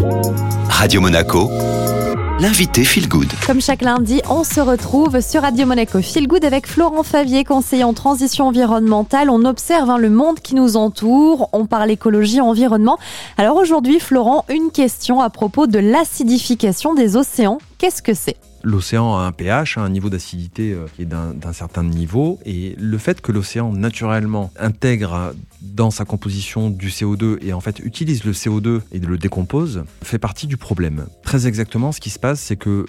Radio Monaco, l'invité Feel Good. Comme chaque lundi, on se retrouve sur Radio Monaco Feel Good avec Florent Favier, conseiller en transition environnementale. On observe le monde qui nous entoure, on parle écologie, environnement. Alors aujourd'hui, Florent, une question à propos de l'acidification des océans. Qu'est-ce que c'est ? L'océan a un pH, un niveau d'acidité qui est d'un certain niveau, et le fait que l'océan naturellement intègre dans sa composition du CO2 et en fait utilise le CO2 et le décompose fait partie du problème. Très exactement, ce qui se passe, c'est que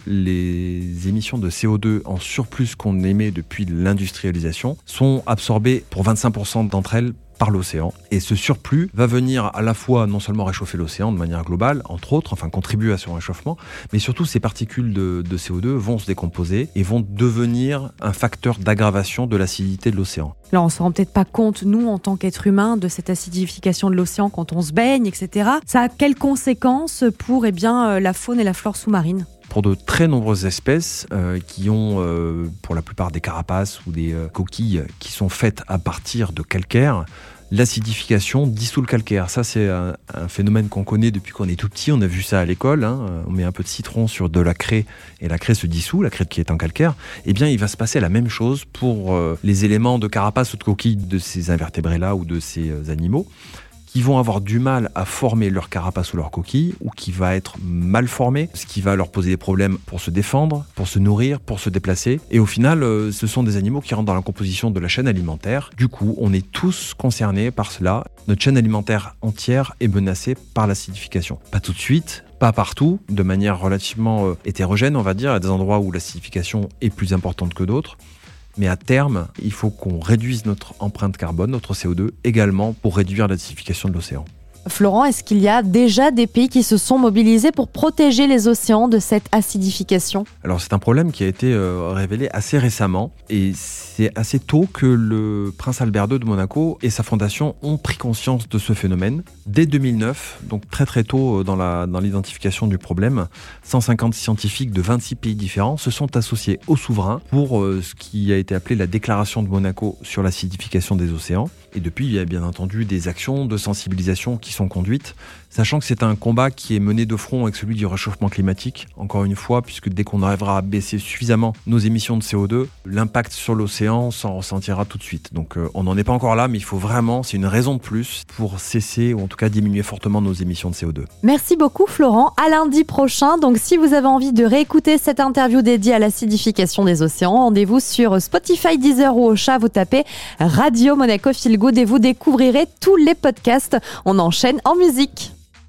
les émissions de CO2 en surplus qu'on émet depuis l'industrialisation sont absorbées pour 25% d'entre elles par l'océan. Et ce surplus va venir à la fois non seulement réchauffer l'océan de manière globale, entre autres, enfin contribuer à son réchauffement, mais surtout ces particules de CO2 vont se décomposer et vont devenir un facteur d'aggravation de l'acidité de l'océan. Là, on ne se rend peut-être pas compte, nous, en tant qu'êtres humains, de cette acidification de l'océan quand on se baigne, etc. Ça a quelles conséquences pour la faune et la flore sous-marine ? Pour de très nombreuses espèces qui ont, pour la plupart, des carapaces ou des coquilles qui sont faites à partir de calcaire, l'acidification dissout le calcaire. Ça, c'est un phénomène qu'on connaît depuis qu'on est tout petit. On a vu ça à l'école. On met un peu de citron sur de la craie et la craie se dissout, la craie qui est en calcaire. Eh bien, il va se passer la même chose pour les éléments de carapace ou de coquille de ces invertébrés-là ou de ces animaux, qui vont avoir du mal à former leur carapace ou leur coquille, ou qui va être mal formé, ce qui va leur poser des problèmes pour se défendre, pour se nourrir, pour se déplacer. Et au final, ce sont des animaux qui rentrent dans la composition de la chaîne alimentaire. Du coup, on est tous concernés par cela. Notre chaîne alimentaire entière est menacée par l'acidification. Pas tout de suite, pas partout, de manière relativement hétérogène, on va dire. Il y a des endroits où l'acidification est plus importante que d'autres. Mais à terme, il faut qu'on réduise notre empreinte carbone, notre CO2, également pour réduire l'acidification de l'océan. Florent, est-ce qu'il y a déjà des pays qui se sont mobilisés pour protéger les océans de cette acidification ? Alors c'est un problème qui a été révélé assez récemment et c'est assez tôt que le prince Albert II de Monaco et sa fondation ont pris conscience de ce phénomène. Dès 2009, donc très très tôt dans l'identification du problème, 150 scientifiques de 26 pays différents se sont associés aux souverains pour ce qui a été appelé la déclaration de Monaco sur l'acidification des océans. Et depuis, il y a bien entendu des actions de sensibilisation qui sont conduites, sachant que c'est un combat qui est mené de front avec celui du réchauffement climatique, encore une fois, puisque dès qu'on arrivera à baisser suffisamment nos émissions de CO2, l'impact sur l'océan s'en ressentira tout de suite. Donc on n'en est pas encore là, mais il faut vraiment, c'est une raison de plus pour cesser, ou en tout cas diminuer fortement nos émissions de CO2. Merci beaucoup Florent, à lundi prochain. Donc si vous avez envie de réécouter cette interview dédiée à l'acidification des océans, rendez-vous sur Spotify, Deezer ou Ocha, vous tapez Radio Monaco Feel Good et vous découvrirez tous les podcasts. On enchaîne en musique.